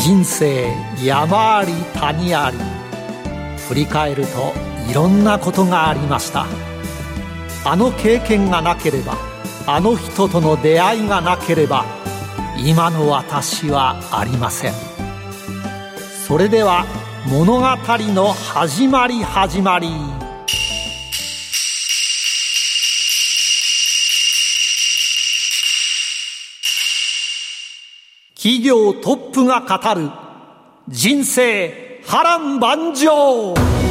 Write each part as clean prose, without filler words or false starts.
人生山あり谷あり、振り返るといろんなことがありました。あの経験がなければ、あの人との出会いがなければ、今の私はありません。それでは物語の始まり。企業トップが語る人生波乱万丈。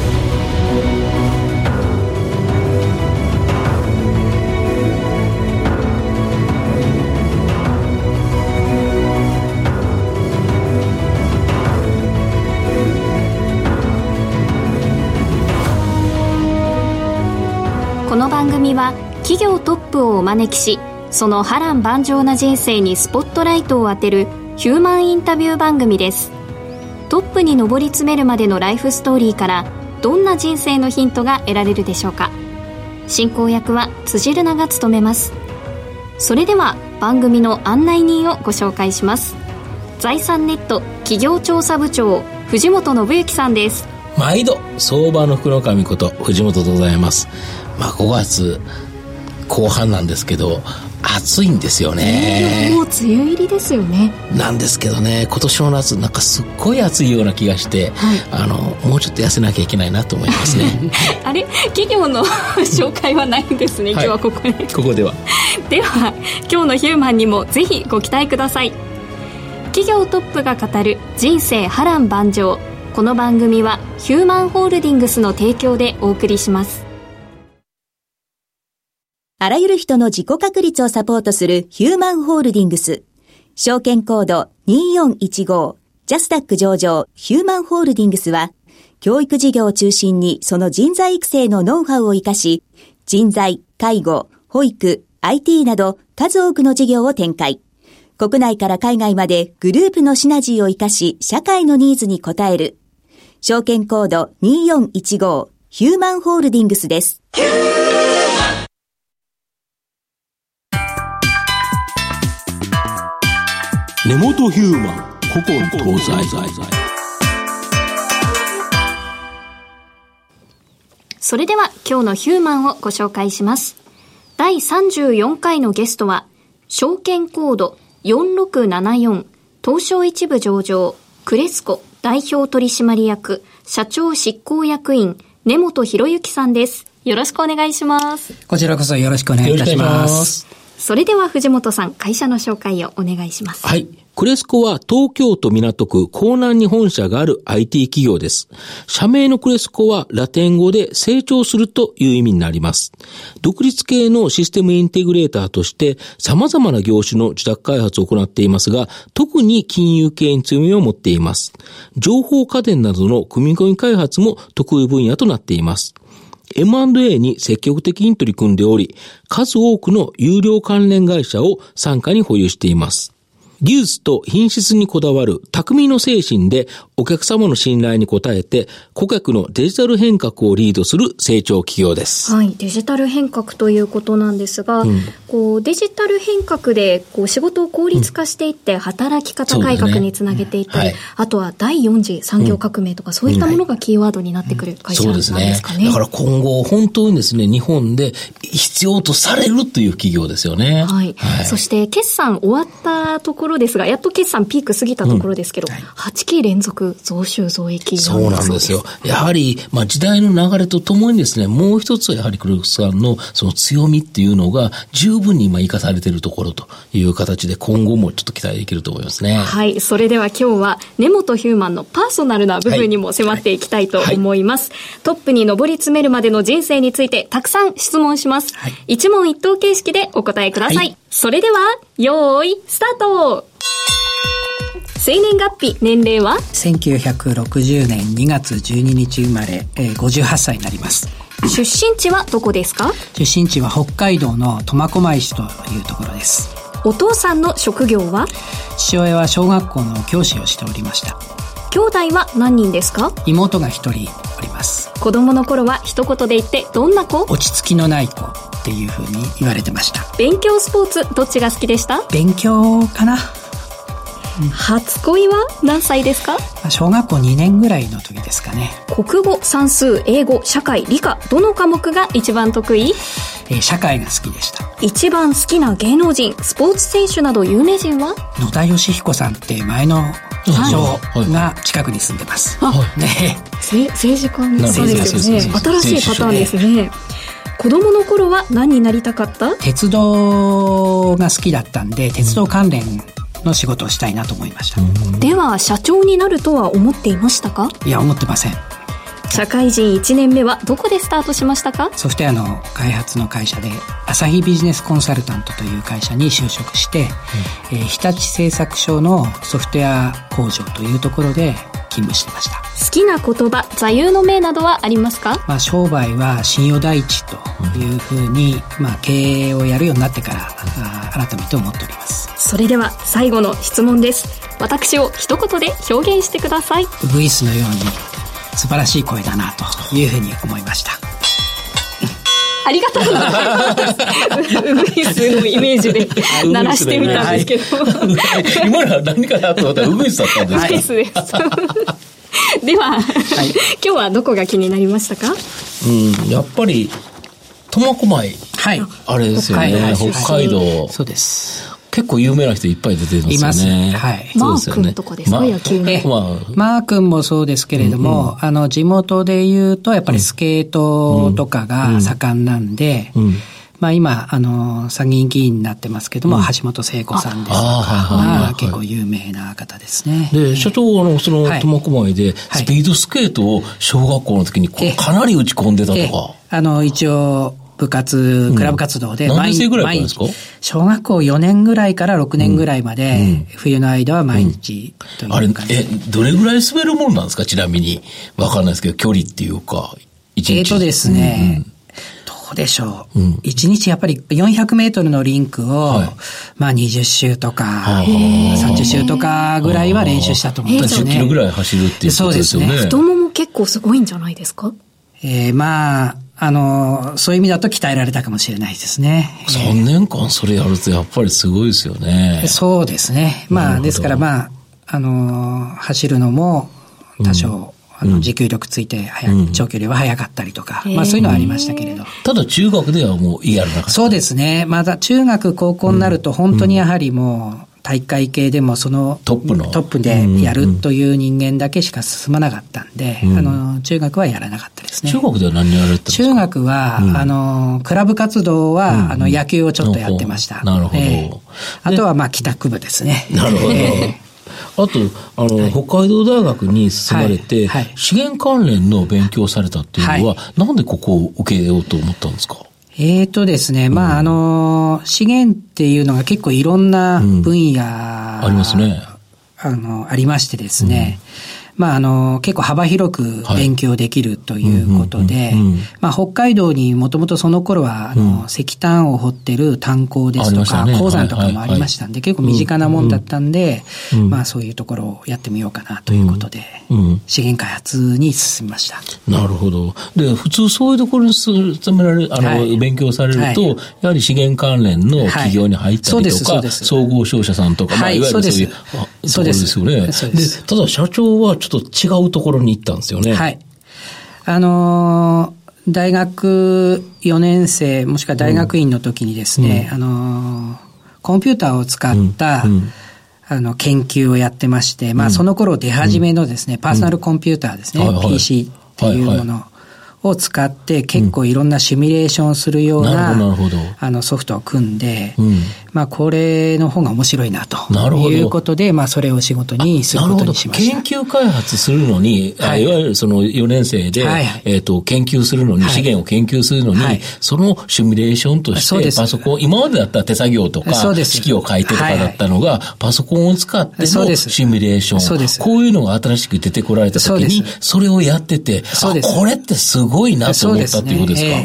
この番組は企業トップをお招きし、その波乱万丈な人生にスポットライトを当てるヒューマンインタビュー番組です。トップに上り詰めるまでのライフストーリーからどんな人生のヒントが得られるでしょうか。進行役は辻るなが務めます。それでは番組の案内人をご紹介します。財産ネット企業調査部長、藤本信之さんです。 毎度相場の福の神こと藤本でございます。5月後半なんですけど暑いんですよね。 もう梅雨入りですよね。 なんですけどね、今年の夏なんかすっごい暑いような気がして、もうちょっと痩せなきゃいけないなと思いますね。 あれ、企業の紹介はないんですね、今日はここで。 ここではでは今日のヒューマンにもぜひご期待ください。企業トップが語る人生波乱万丈。この番組はヒューマンホールディングスの提供でお送りします。 あらゆる人の自己確立をサポートするヒューマンホールディングス。証券コード2415ジャスダック上場ヒューマンホールディングスは、教育事業を中心にその人材育成のノウハウを生かし、人材、介護、保育、IT など数多くの事業を展開。国内から海外までグループのシナジーを生かし、社会のニーズに応える。証券コード2415ヒューマンホールディングスです。 根本ヒューマン古今東西。 それでは今日のヒューマンをご紹介します。第34回のゲストは、証券コード4674東証一部上場クレスコ代表取締役社長執行役員根本博之さんです。よろしくお願いします。 こちらこそよろしくお願いいたします。 それでは藤本さん、会社の紹介をお願いします。 はい。クレスコは東京都港区江南に本社がある IT 企業です。社名のクレスコはラテン語で成長するという意味になります。独立系のシステムインテグレーターとして様々な業種の受託開発を行っていますが、特に金融系に強みを持っています。情報家電などの組み込み開発も得意分野となっています。M&A に積極的に取り組んでおり、数多くの有料関連会社を傘下に保有しています。技術と品質にこだわる匠の精神でお客様の信頼に応えて顧客のデジタル変革をリードする成長企業です。 はい、デジタル変革ということなんですが、デジタル変革で仕事を効率化していって、働き方改革につなげていったり、あとは第4次産業革命とか、そういったものがキーワードになってくる会社なんですかね。 そうですね。だから今後本当にですね、日本で必要とされるという企業ですよね。 はい。そして決算終わったところですが、やっと決算ピーク過ぎたところですけど、8期連続増収増益そうなんですよ。やはり、時代の流れとともにですね、もう一つはやはりクレスコさんのその強みっていうのが十分に今生かされているところという形で、今後もちょっと期待できると思いますね。 はい。それでは今日は根本ヒューマンのパーソナルな部分にも迫っていきたいと思います。トップに上り詰めるまでの人生についてたくさん質問します。一問一答形式でお答えください。それでは用意スタート。生年月日年齢は 1960年2月12日生まれ、58歳になります。 出身地はどこですか？ 出身地は北海道の苫小牧市というところです。 お父さんの職業は？ 父親は小学校の教師をしておりました。 兄弟は何人ですか？ 妹が一人おります。 子供の頃は一言で言ってどんな子？ 落ち着きのない子っていうふうに言われてました。 勉強スポーツどっちが好きでした？ 勉強かな。 初恋は何歳ですか？ 小学校2年ぐらいの時ですかね。 国語、算数、英語、社会、理科、どの科目が一番得意？ 社会が好きでした。 一番好きな芸能人、スポーツ選手など有名人は？ 野田佳彦さんって前の議長が近くに住んでます。ね、 政治家の方ですよね。新しいパターンですね。子供の頃は何になりたかった？ 鉄道が好きだったんで、鉄道関連の仕事をしたいなと思いました。 では社長になるとは思っていましたか？ いや、思ってません。 社会人1年目はどこでスタートしましたか？ ソフトウェアの開発の会社で朝日ビジネスコンサルタントという会社に就職して、日立製作所のソフトウェア工場というところで勤務してました。 好きな言葉、座右の銘などはありますか？ 商売は信用第一というふうに、経営をやるようになってから改めて思っております。 それでは最後の質問です。私を一言で表現してください。 ウグイスのように素晴らしい声だなというふうに思いました。 ありがとうございます。ウグイスのイメージで鳴らしてみたんですけど、 今のは何かなと思ったらウグイスだったんですか？ ウグイスです。では、今日はどこが気になりましたか？ やっぱり苫小牧、あれですよね、北海道。 そうです。 結構有名な人いっぱい出てますよね。 マー君とかですか？野球の。 マー君もそうですけれども、地元で言うとやっぱりスケートとかが盛んなんで、今参議院議員になってますけども、橋本聖子さんですとか結構有名な方ですね。 で、社長はその苫小牧でスピードスケートを小学校の時にかなり打ち込んでたとか。 一応部活、クラブ活動で何年生ぐらいからですか？ 小学校4年ぐらいから6年ぐらいまで、冬の間は毎日という感じ。 どれぐらい滑るもんなんですか？ちなみに。わかんないですけど、距離っていうか、1日。 ですね、どうでしょう。1日やっぱり400メートルのリンクを、20周とか、30周とかぐらいは練習したと思うんですね。 10キロぐらい走るっていうことですよね。 太もも結構すごいんじゃないですか？ そういう意味だと鍛えられたかもしれないですね。 3年間それやるとやっぱりすごいですよね。 そうですね。ですから走るのも多少、持久力ついて長距離は速かったりとか、そういうのはありましたけれど。 ただ中学ではもうやらなかった。 そうですね。まだ中学高校になると本当にやはりもう、大会系でもそのトップでやるという人間だけしか進まなかったんで、中学はやらなかったですね。 中学では何やられてたんですか？ 中学は、クラブ活動は、野球をちょっとやってました。 なるほど。 あとは帰宅部ですね。 なるほど。あと、北海道大学に進まれて、資源関連の勉強をされたっていうのは、なんでここを受けようと思ったんですか？ ですね、資源っていうのが結構いろんな分野、 ありますね。 ありましてですね、結構幅広く勉強できるということで、北海道にもともとその頃は、石炭を掘ってる炭鉱ですとか、鉱山とかもありましたんで、結構身近なもんだったんで、そういうところをやってみようかなということで、資源開発に進みました。 なるほど。で、普通そういうところに勤められる、勉強されると、やはり資源関連の企業に入ったりとか、総合商社さんとか、いわゆるそういうところですよね。で、ただ社長はちょっと違うところに行ったんですよね。 大学4年生、もしくは大学院の時にですね、コンピューターを使った、研究をやってまして、その頃出始めのですね、パーソナルコンピューターですね、PC っていうものを使って結構いろんなシミュレーションするような、ソフトを組んで、これの方が面白いなということで、それを仕事にすることにしました。 研究開発するのに、いわゆるその4年生で、研究するのに、資源を研究するのに、そのシミュレーションとしてパソコン、今までだったら手作業とか、式を書いてとかだったのが、パソコンを使ってのシミュレーション、こういうのが新しく出てこられた時に、それをやってて、これってすごいなと思ったっていうことですか？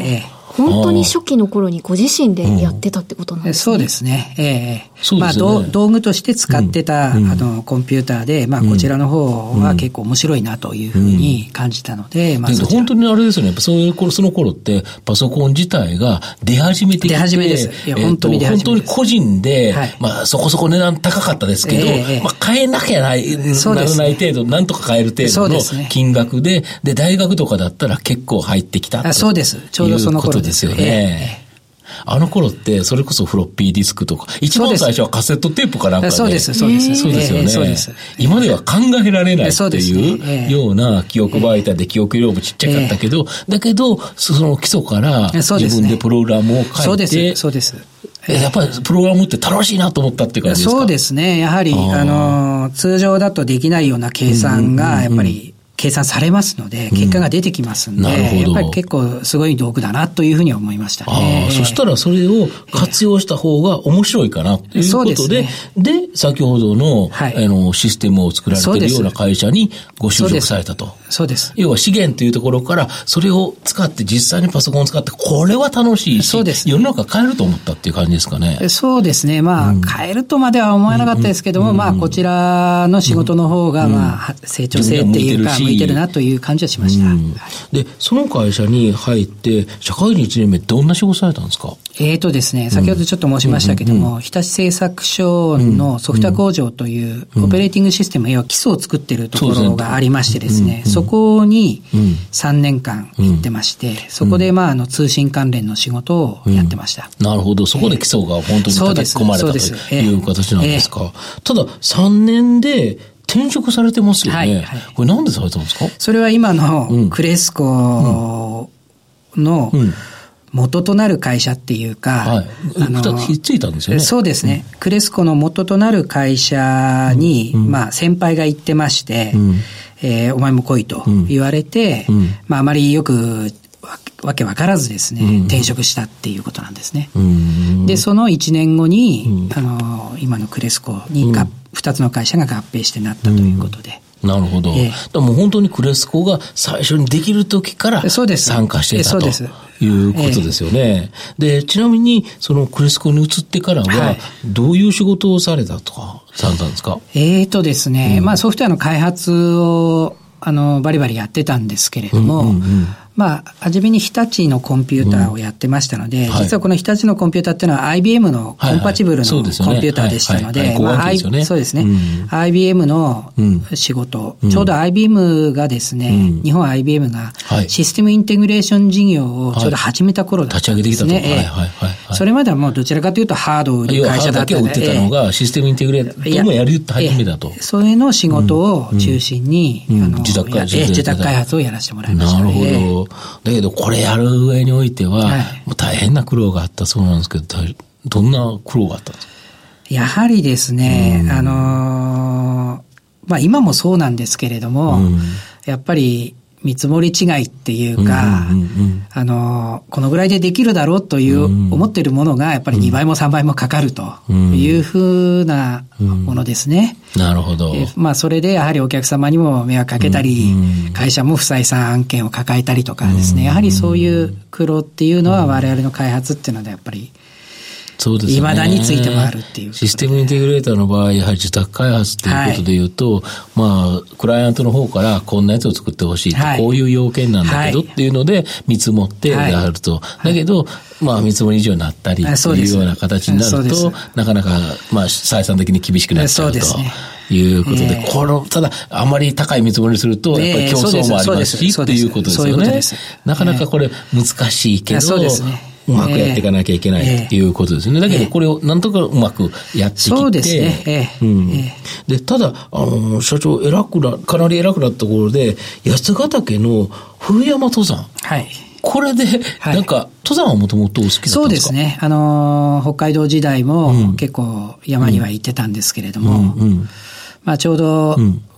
本当に初期の頃にご自身でやってたってことなんですね。 そうですね。 そうですね。 まあ、道具として使ってた、コンピューターで、まあ、こちらの方は結構面白いなというふうに感じたので、まあ、 本当にあれですよね。やっぱその頃って、パソコン自体が出始めてきて、 出始めです。いや、本当に出始めです。 本当に個人で、 はい、 まあ、そこそこ値段高かったですけど、まあ、買えなきゃならない程度、なんとか買える程度の金額で、で、大学とかだったら結構入ってきたと。 そうです。ちょうどその頃ですよね。あの頃って、それこそフロッピーディスクとか、一番最初はカセットテープかなんかで。 そうです、そうです。 そうですよね。 そうです。 今では考えられないっていうような記憶媒体で記憶量もちっちゃかったけど、だけど、その基礎から自分でプログラムを書いて、 そうです。 やっぱりプログラムって楽しいなと思ったっていう感じですか？ そうですね。やはり、通常だとできないような計算が、やっぱり、計算されますので、結果が出てきますので、やっぱり結構すごい道具だなというふうに思いましたね。 そしたらそれを活用した方が面白いかなということで、で、先ほどの、システムを作られているような会社にご就職されたと。 そうです。 要は資源というところから、それを使って実際にパソコンを使って、これは楽しいし、世の中変えると思ったっていう感じですかね。 そうですね。まあ、変えるとまでは思わなかったですけども、まあ、こちらの仕事の方が、まあ、成長性っていうか、向いてるなという感じはしました。 で、その会社に入って、社会人1年目どんな仕事されたんですか？ ですね、先ほどちょっと申しましたけども、日立製作所のソフトウェア工場というオペレーティングシステム、要は基礎を作っているところがありましてですね、そこに3年間行ってまして、そこでまあ通信関連の仕事をやってました。 なるほど。そこで基礎が本当に叩き込まれたという形なんですか。ただ3年で転職されてますよね。これなんでされたんですか？ それは今のクレスコの元となる会社っていうか、 ひっついたんですよね。 そうですね。クレスコの元となる会社に、まあ先輩が行ってまして、お前も来いと言われて、まああまりよくわけわからずですね、転職したっていうことなんですね。で、その1年後に、今のクレスコに2つの会社が合併してなったということで。 なるほど。でも本当にクレスコが最初にできる時から参加してたということですよね。で、ちなみにそのクレスコに移ってからはどういう仕事をされたとかされたんですか？ ですね、まあソフトウェアの開発をバリバリやってたんですけれども、まあ、初めに日立のコンピューターをやってましたので、実はこの日立のコンピューターっていうのは IBM のコンパチブルのコンピューターでしたので、そうですね。IBM の仕事、ちょうど IBM がですね、日本 IBM がシステムインテグレーション事業をちょうど始めた頃だったんですね。 立ち上げてきたと。 それまではもうどちらかというとハードを売る会社だったので。 ハードだけを売ってたのがシステムインテグレーションもやり始めたと。 それの仕事を中心に、自宅開発をやらせてもらいました。 なるほど。だけどこれやる上においては、もう大変な苦労があったそうなんですけど、どんな苦労があったんですか？ やはりですね、まあ今もそうなんですけれども、やっぱり見積もり違いっていうか、このぐらいでできるだろうという思っているものがやっぱり2倍も3倍もかかるというふうなものですね。 なるほど。 まあそれでやはりお客様にも迷惑かけたり、会社も不採算案件を抱えたりとかですね、やはりそういう苦労っていうのは我々の開発っていうのでやっぱりそうですね。 未だについてもあるっていう。 システムインテグレーターの場合、やはり自宅開発ということで言うと、まあ、クライアントの方からこんなやつを作ってほしいと、こういう要件なんだけどっていうので見積もってやると。だけど、まあ、見積もり以上になったりというような形になると、なかなか、まあ、採算的に厳しくなっちゃうと。いうことで、ただ、あまり高い見積もりすると、やっぱり競争もありますし、っていうことですよね。なかなかこれ難しいけど、うまくやっていかなきゃいけないっていうことですよね。だけどこれをなんとかうまくやってきて。そうですね。で、ただ、社長、かなり偉くなったところで、八ヶ岳の冬山登山。これで、なんか、登山はもともとお好きだったんですか？ そうですね。北海道時代も結構山には行ってたんですけれども、まあちょうど、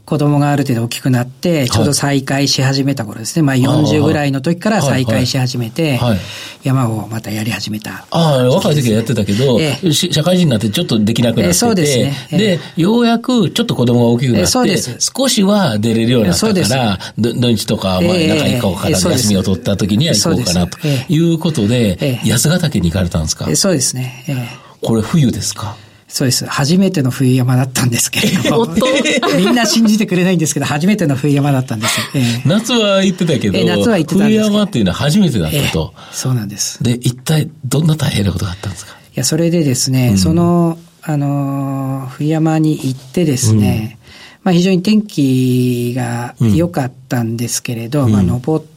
子供がある程度大きくなって、ちょうど再開し始めた頃ですね。まあ40ぐらいの時から再開し始めて、山をまたやり始めた。 若い時はやってたけど、社会人になってちょっとできなくなってて、 そうですね。 で、ようやくちょっと子供が大きくなって、少しは出れるようになったから、土日とか、中1個から休みを取った時には行こうかなということで、八ヶ岳に行かれたんですか？ そうですね。 これ冬ですか？ そうです。初めての冬山だったんですけれども。みんな信じてくれないんですけど、初めての冬山だったんです。 夏は行ってたけど、 夏は行ってたんです。 冬山っていうのは初めてだったと。 そうなんです。 で、一体どんな大変なことがあったんですか？ いや、それでですね、その、冬山に行ってですね、まあ非常に天気が良かったんですけれど、まあ登って、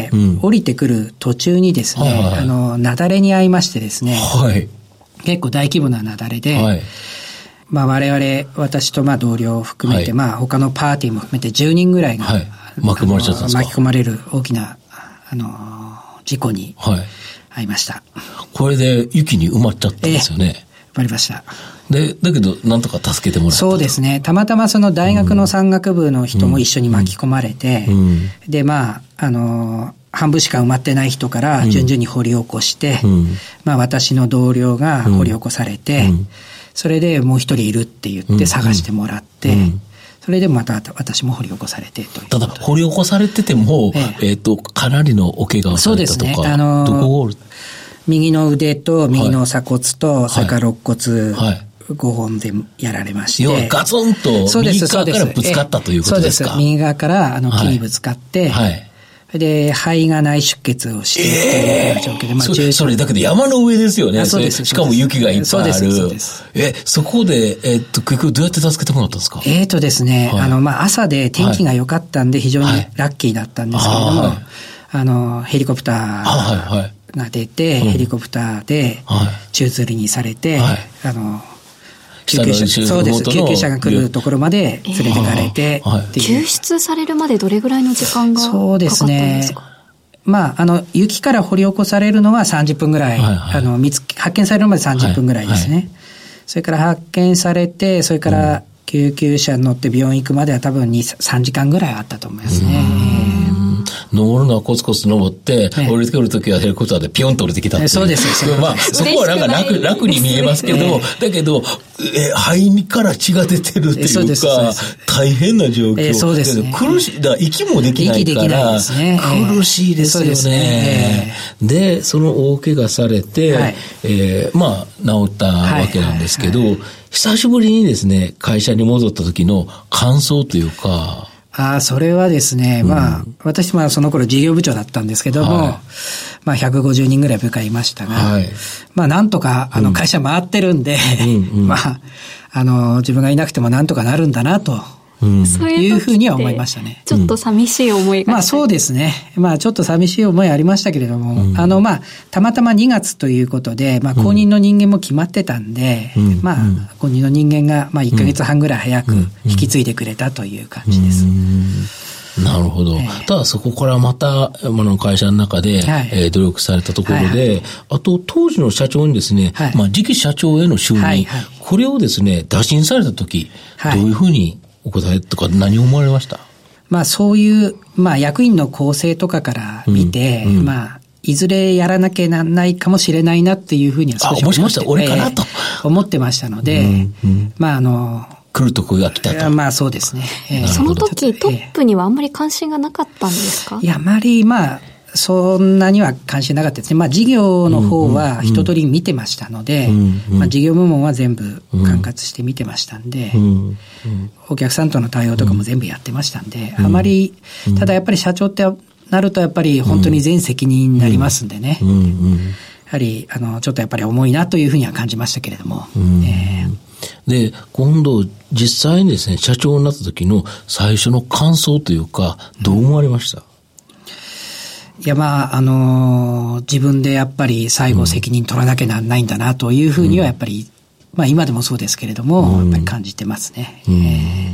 降りてくる途中にですね、雪崩に遭いましてですね、結構大規模な雪崩で、まあ我々、私とまあ同僚を含めて、まあ他のパーティーも含めて10人ぐらいが、 巻き込まれちゃったんですか？ 巻き込まれる大きな、事故に遭いました。 これで雪に埋まっちゃったんですよね。 埋まりました。 で、だけど、なんとか助けてもらった。 そうですね。たまたまその大学の山岳部の人も一緒に巻き込まれて、で、まあ、半分しか埋まってない人から順々に掘り起こして、まあ私の同僚が掘り起こされて、それでもう一人いるって言って探してもらって、それでまた私も掘り起こされてという。 ただ、掘り起こされてても、かなりのお怪我をされたとか。そうですね。どこ右の腕と右の鎖骨と、それから肋骨、5本でやられまして。 要はガツンと右側からぶつかったということですか？ そうです。右側から木にぶつかって、で、肺が内出血をしてというような状況で、まあそれだけど山の上ですよね。 そうです。 しかも雪がいっぱいある。 そうです。 そこで、結局どうやって助けてもらったんですか？ ですね、まあ朝で天気が良かったんで非常にラッキーだったんですけれども、ヘリコプターが出て、ヘリコプターで宙吊りにされて、救急車が来るところまで連れてかれて、 救出されるまでどれぐらいの時間がかかったんですか？そうですね。 まあ、雪から掘り起こされるのは30分ぐらい、発見されるまで30分ぐらいですね。それから発見されて、それから救急車に乗って病院行くまでは多分3時間ぐらいあったと思いますね。 登るのはコツコツ登って、降りてくるときはヘリコプターでピョンと降りてきたっていう。 そうです。 まあ、そこはなんか楽に見えますけど、だけど、肺から血が出てるっていうか、大変な状況。 そうですね。 苦しい、息もできないから、苦しいですよね。で、その大怪我されて、まあ、治ったわけなんですけど、久しぶりにですね、会社に戻った時の感想というか、 それはですね、まあ、私もその頃事業部長だったんですけども、まあ、150人ぐらい部下いましたが、まあ、なんとか、会社回ってるんで、まあ、自分がいなくてもなんとかなるんだなと。いうふうには思いましたね。 ちょっと寂しい思いが。 まあそうですね。まあちょっと寂しい思いありましたけれども、まあたまたま2月ということで、まあ後任の人間も決まってたんで、まあ後任の人間がまあ1ヶ月半ぐらい早く引き継いでくれたという感じです。 なるほど。ただそこからまた、会社の中で、努力されたところで、あと当時の社長にですね、まあ次期社長への就任、これをですね、打診されたとき、どういうふうにお答えとか何を思われました？ まあそういう、まあ役員の構成とかから見て、まあいずれやらなきゃなんないかもしれないなっていうふうには少しもしかしたら俺かなと思ってましたので、まあ来るとこが来たと。 まあそうですね。 その時トップにはあんまり関心がなかったんですか？ いや、あまりまあ、そんなには関心なかったですね。まあ事業の方は一通り見てましたので、まあ事業部門は全部管轄して見てましたんで、お客さんとの対応とかも全部やってましたんで、あまり、ただやっぱり社長ってなるとやっぱり本当に全責任になりますんでね。やはり、ちょっとやっぱり重いなというふうには感じましたけれども。 で、今度実際にですね、社長になった時の最初の感想というか、どう思われました？ いや、まあ、自分でやっぱり最後責任取らなきゃなんないんだなというふうにはやっぱり、まあ今でもそうですけれども、やっぱり感じてますね。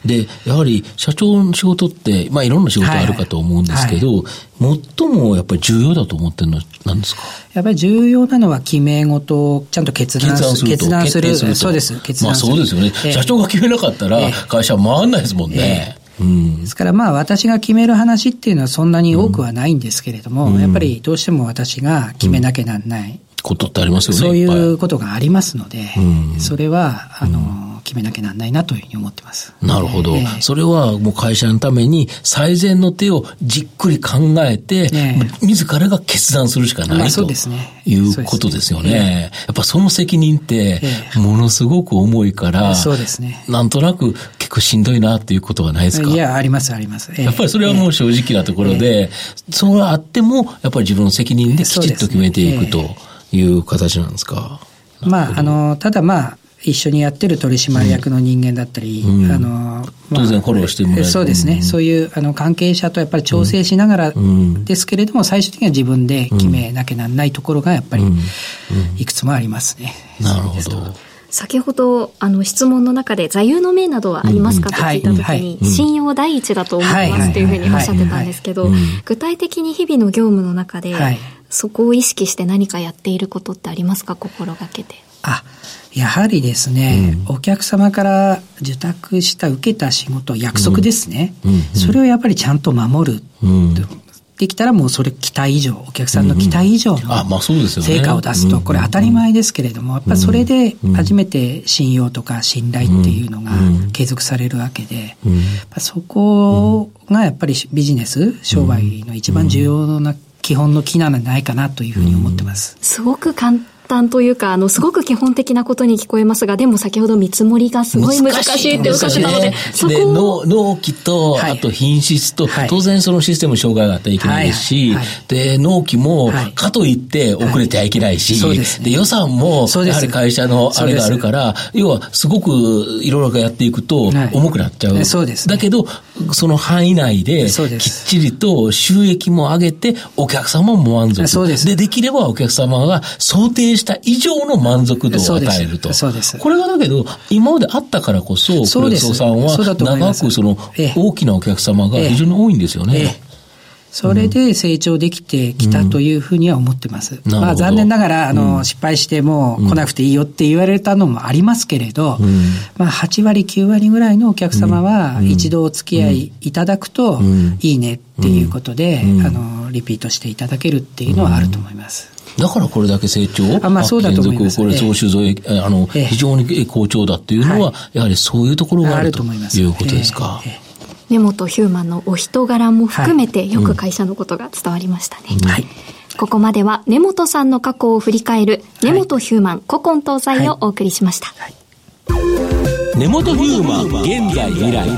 で、やはり社長の仕事って、まあいろんな仕事あるかと思うんですけど、最もやっぱり重要だと思ってるのは何ですか？ やっぱり重要なのは決め事をちゃんと決断する。そうです。決断する。 まあそうですよね。社長が決めなかったら会社は回んないですもんね。 ですからまあ私が決める話っていうのはそんなに多くはないんですけれども、やっぱりどうしても私が決めなきゃなんない。 ことってありますよね。 そういうことがありますので、それは、決めなきゃなんないなというふうに思ってます。 なるほど。それはもう会社のために最善の手をじっくり考えて、自らが決断するしかない、ということですよね。やっぱその責任ってものすごく重いから、 そうですね。 なんとなく結構しんどいなっていうことはないですか？ いや、あります、あります。 やっぱりそれはもう正直なところで、そうあってもやっぱり自分の責任できちっと決めていくという形なんですか？ まあ、ただまあ、一緒にやってる取締役の人間だったり、 当然フォローしてもらえる。 そうですね。そういう関係者とやっぱり調整しながらですけれども、最終的には自分で決めなきゃならないところがやっぱりいくつもありますね。 なるほど。 先ほど質問の中で座右の銘などはありますかと聞いたときに、信用第一だと思いますというふうにおっしゃってたんですけど、具体的に日々の業務の中でそこを意識して何かやっていることってありますか？心がけて。 やはりですね、お客様から受託した受けた仕事、約束ですね。それをやっぱりちゃんと守る。できたらもうそれ期待以上、お客さんの期待以上の成果を出すと、これ当たり前ですけれども、やっぱりそれで初めて信用とか信頼っていうのが継続されるわけで、そこがやっぱりビジネス、商売の一番重要な基本の木なんじゃないかなというふうに思ってます。 すごく簡単というか、すごく基本的なことに聞こえますが、でも先ほど見積もりがすごい難しいっておっしゃってたので、そこを納期と、あと品質と、当然そのシステム障害があったらいけないですし、で、納期もかといって遅れてはいけないし、で、予算もやはり会社のあれがあるから、要はすごくいろいろやっていくと重くなっちゃう。だけど、その範囲内できっちりと収益も上げて、お客様も満足。で、できればお客様が想定した以上の満足度を与えると。これがだけど、今まであったからこそ、クレソさんは長くその大きなお客様が非常に多いんですよね。 それで成長できてきたというふうには思ってます。まあ残念ながら、失敗しても来なくていいよって言われたのもありますけれど、まあ8割、9割ぐらいのお客様は一度お付き合いいただくといいねっていうことで、リピートしていただけるっていうのはあると思います。 だからこれだけ成長、 そうだと思います。 これ総収増、非常に好調だっていうのは、やはりそういうところがあるということですか。 根本ヒューマンのお人柄も含めてよく会社のことが伝わりましたね。ここまでは根本さんの過去を振り返る根本ヒューマン古今東西をお送りしました。 根本ヒューマン現在未来。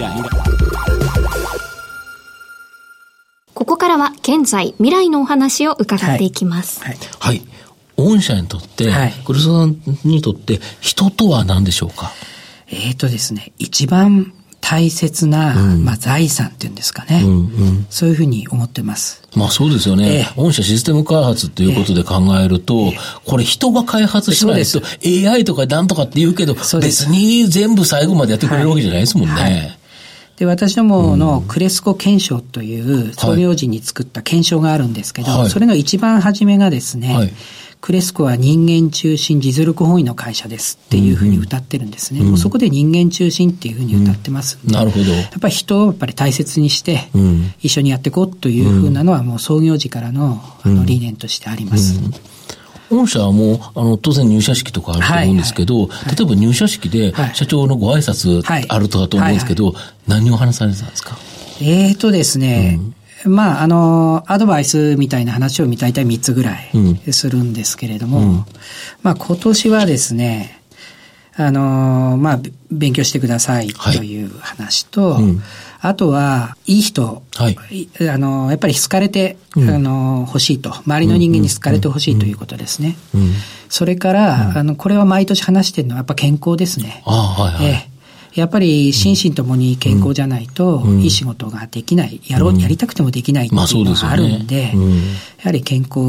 ここからは現在未来のお話を伺っていきます。 はい。御社にとって、クレソさんにとって人とは何でしょうか？ ですね、一番大切な、財産っていうんですかね、そういうふうに思ってます。 まあそうですよね。御社システム開発ということで考えると、これ人が開発しないと AI とかなんとかって言うけど、別に全部最後までやってくれるわけじゃないですもんね。 で、私どものクレスコ検証という創業時に作った検証があるんですけど、それの一番初めがですね、クレスコは人間中心実力本位の会社ですっていうふうに歌ってるんですね。もうそこで人間中心っていうふうに歌ってますんで、 なるほど。 やっぱり人をやっぱり大切にして、一緒にやっていこうというふうなのはもう創業時からの理念としてあります。 御社はもう、当然入社式とかあると思うんですけど、例えば入社式で社長のご挨拶あるとだと思うんですけど、何を話されてたんですか？ ですね、まあ、アドバイスみたいな話を大体3つぐらいするんですけれども、まあ、今年はですね、まあ、勉強してくださいという話と、あとは、いい人、やっぱり好かれて、欲しいと。周りの人間に好かれて欲しいということですね。それから、これは毎年話してるのはやっぱ健康ですね。やっぱり心身ともに健康じゃないと、いい仕事ができない、やりたくてもできないっていうのがあるんで、やはり健康に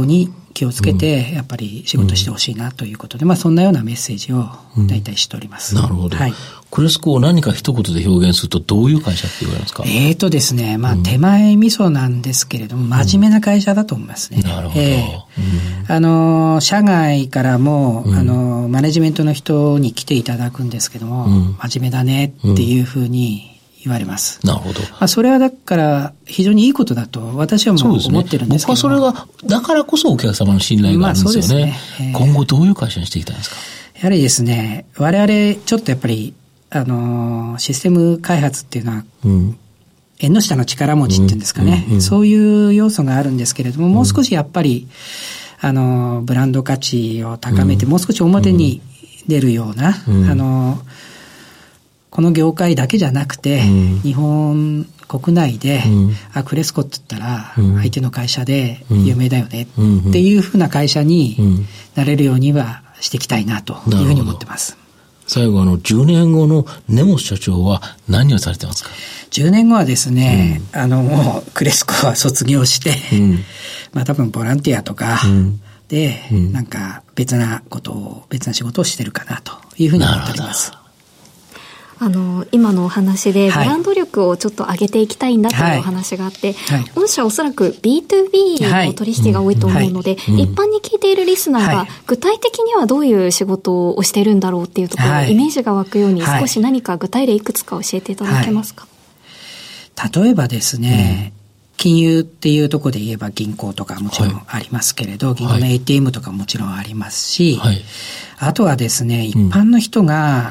気をつけてやっぱり仕事してほしいなということで、そんなようなメッセージを大体しております。 なるほど。 はい。 クレスコを何か一言で表現するとどういう会社って言われますか？ ですね、手前味噌なんですけれども、真面目な会社だと思いますね。 なるほど。 社外からも、マネジメントの人に来ていただくんですけども、真面目だねっていうふうに言われます。 なるほど。 それはだから非常にいいことだと私はもう思ってるんですけども。 僕はそれが、だからこそお客様の信頼があるんですよね。今後どういう会社にしていきたいんですか？ やはりですね、我々ちょっとやっぱりシステム開発っていうのは、縁の下の力持ちっていうんですかね、そういう要素があるんですけれども、もう少しやっぱりブランド価値を高めて、もう少し表に出るような、この業界だけじゃなくて、日本国内で、クレスコって言ったら相手の会社で有名だよねっていうふうな会社になれるようにはしていきたいなというふうに思ってます。 最後10年後の根本社長は何をされてますか ？10年後はですね、もうクレスコは卒業して、多分ボランティアとかで、なんか別な仕事をしてるかなというふうに思っております。 今のお話でブランド力をちょっと上げていきたいんだというお話があって、御社おそらく B2B の取引が多いと思うので、一般に聞いているリスナーが具体的にはどういう仕事をしてるんだろうっていうところ、イメージが湧くように少し何か具体例いくつか教えていただけますか？ 例えばですね、金融っていうところで言えば銀行とかもちろんありますけれど、銀行の ATM とかもちろんありますし、あとはですね、一般の人が、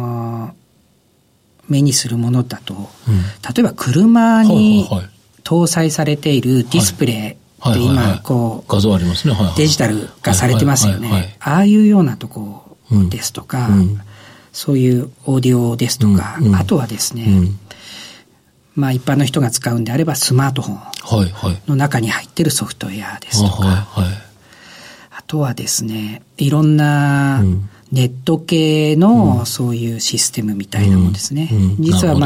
目にするものだと、例えば車に搭載されているディスプレイって今画像ありますね。 デジタル化されてますよね。ああいうようなとこですとか、そういうオーディオですとか、あとはですね、一般の人が使うんであればスマートフォンの中に入っているソフトウェアですとか、あとはですね、いろんなネット系のそういうシステムみたいなものですね。実は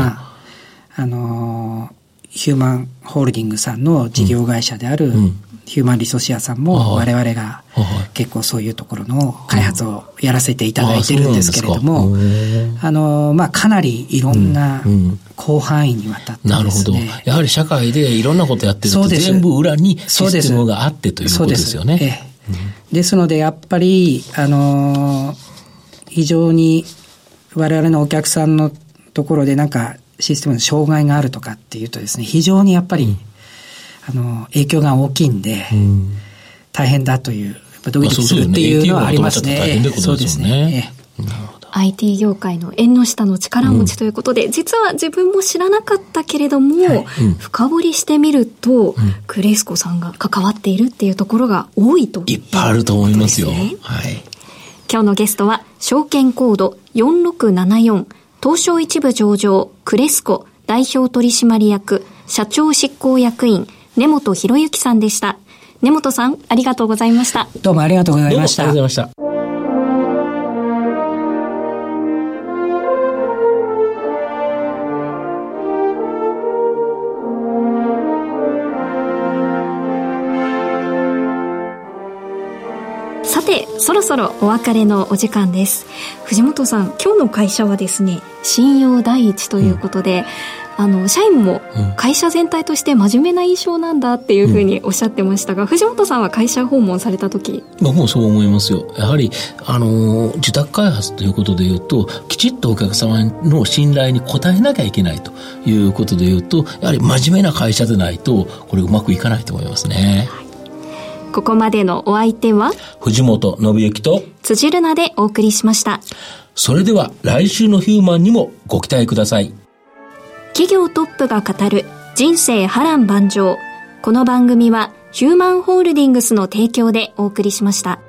ヒューマンホールディングさんの事業会社であるヒューマンリソシアさんも我々が結構そういうところの開発をやらせていただいてるんですけれども、かなりいろんな広範囲にわたってですね。なるほど。 やはり社会でいろんなことやってると全部裏にシステムがあってということですよね。 ですのでやっぱり非常に我々のお客さんのところでなんかシステムの障害があるとかっていうとですね、非常にやっぱり、影響が大きいいんで、大変だという、やっぱドキドキするっていうのはありますね。そうですね。 IT 業界の縁の下の力持ちということで、実は自分も知らなかったけれども、深掘りしてみると、クレスコさんが関わっているっていうところが多いということですね。 いっぱいあると思いますよ。 今日のゲストは証券コード4674東証一部上場クレスコ代表取締役社長執行役員根本博之さんでした。根本さん、ありがとうございました。 どうもありがとうございました。 ありがとうございました。 さて、そろそろお別れのお時間です。藤本さん、今日の会社はですね、信用第一ということで、社員も会社全体として真面目な印象なんだっていうふうにおっしゃってましたが、藤本さんは会社訪問された時、 僕もそう思いますよ。やはり受託開発ということでいうと、きちっとお客様の信頼に応えなきゃいけないということでいうと、やはり真面目な会社でないとこれうまくいかないと思いますね。 ここまでのお相手は藤本信之と辻るなでお送りしました。 それでは来週のヒューマンにもご期待ください。 企業トップが語る人生波乱万丈。この番組はヒューマンホールディングスの提供でお送りしました。